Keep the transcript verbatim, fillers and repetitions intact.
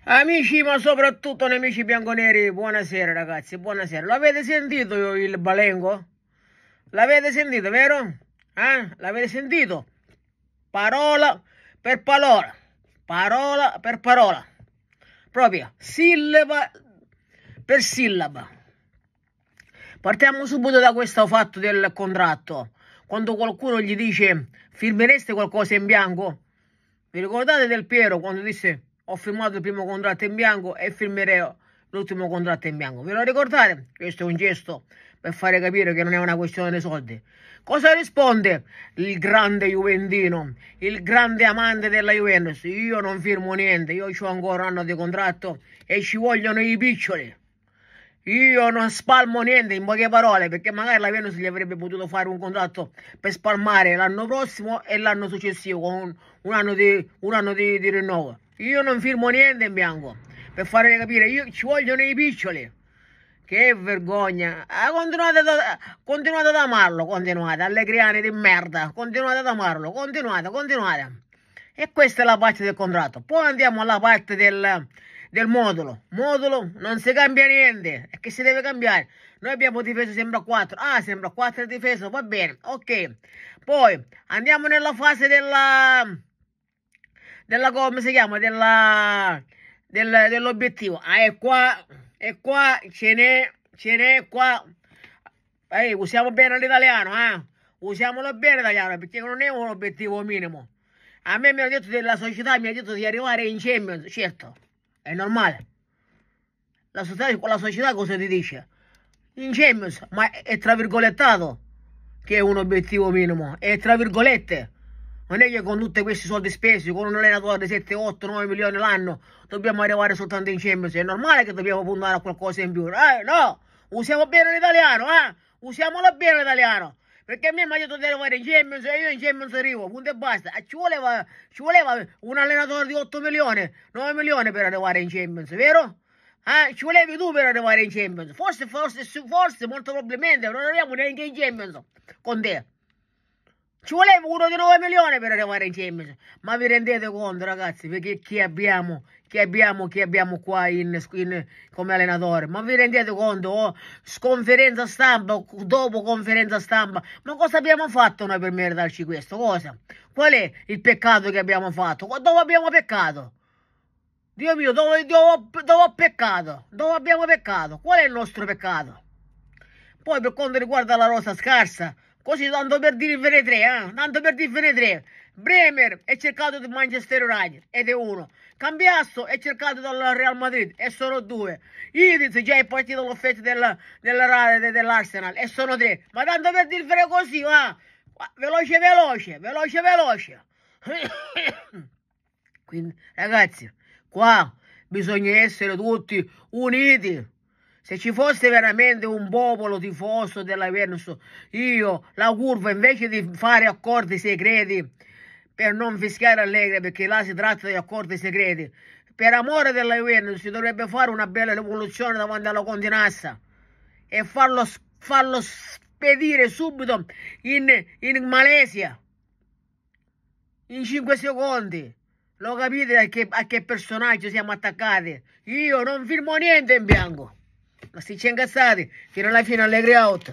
Amici, ma soprattutto nemici bianconeri, buonasera ragazzi, buonasera. L'avete sentito il balengo? L'avete sentito, vero? Eh? L'avete sentito? Parola per parola, parola per parola, proprio sillaba per sillaba. Partiamo subito da questo fatto del contratto. Quando qualcuno gli dice firmereste qualcosa in bianco, vi ricordate del Piero quando disse ho firmato il primo contratto in bianco e firmerò l'ultimo contratto in bianco? Ve lo ricordate? Questo è un gesto per fare capire che non è una questione di soldi. Cosa risponde il grande juventino, il grande amante della Juventus? Io non firmo niente, io ho ancora un anno di contratto e ci vogliono i piccioli. Io non spalmo niente, in poche parole, perché magari la Juventus gli avrebbe potuto fare un contratto per spalmare l'anno prossimo e l'anno successivo con un anno, di, un anno di, di rinnovo. Io non firmo niente in bianco, per farvi capire, io, ci vogliono i piccioli. Che vergogna. Ah, continuate, ad, continuate ad amarlo, continuate, allegriani di merda, continuate ad amarlo, continuate, continuate. E questa è la parte del contratto. Poi andiamo alla parte del... del modulo. Modulo non si cambia niente, è che si deve cambiare. Noi abbiamo difeso sempre a quattro. Ah, sempre a quattro è difeso, va bene, ok. Poi andiamo nella fase della della come si chiama? Della del, dell'obiettivo. Ah, e qua e qua ce n'è ce n'è qua. Ehi, usiamo bene l'italiano, eh? Usiamolo bene l'italiano, perché non è un obiettivo minimo. A me mi ha detto della società, mi ha detto di arrivare in Champions, certo. È normale. La società, la società cosa ti dice? In Champions, ma è tra virgolettato che è un obiettivo minimo. È tra virgolette. Non è che con tutti questi soldi spesi, con un allenatore di sette, otto, nove milioni l'anno, dobbiamo arrivare soltanto in Champions. È normale che dobbiamo puntare a qualcosa in più. Eh, no! Usiamo bene l'italiano, eh? Usiamolo bene l'italiano. Perché a me mi ha detto di arrivare in Champions e io in Champions arrivo, punto e basta. E ci voleva, ci voleva un allenatore di otto milioni, nove milioni per arrivare in Champions, vero? Eh? Ci volevi tu per arrivare in Champions. Forse, forse, forse, molto probabilmente non arriviamo neanche in Champions con te. Ci voleva uno di nove milioni per arrivare in Champions. Ma vi rendete conto, ragazzi, perché chi abbiamo, chi abbiamo, chi abbiamo qua in, in, come allenatore? Ma vi rendete conto? Oh, conferenza stampa, dopo conferenza stampa. Ma cosa abbiamo fatto noi per meritarci questo? Cosa? Qual è il peccato che abbiamo fatto? Dove abbiamo peccato? Dio mio, dove, dove, dove ho peccato? Dove abbiamo peccato? Qual è il nostro peccato? Poi per quanto riguarda la rosa scarsa, così tanto per dirvene tre, eh? Tanto per dirvene tre. Bremer è cercato da Manchester United ed è uno. Cambiasso è cercato dal Real Madrid e sono due. Idiz già è partito all'offerta della, della, dell'Arsenal e sono tre. Ma tanto per dirvene così, eh? Veloce, veloce, veloce, veloce. Quindi, ragazzi, qua bisogna essere tutti uniti. Se ci fosse veramente un popolo tifoso della Juventus, io, la curva, invece di fare accordi segreti per non fischiare Allegri, perché là si tratta di accordi segreti, per amore della Juventus si dovrebbe fare una bella rivoluzione davanti alla Continassa e farlo, farlo spedire subito in, in Malesia, in cinque secondi. Lo capite a che, a che personaggio siamo attaccati? Io non firmo niente in bianco. Ma si c'è incazzati fino alla fine Allegri out.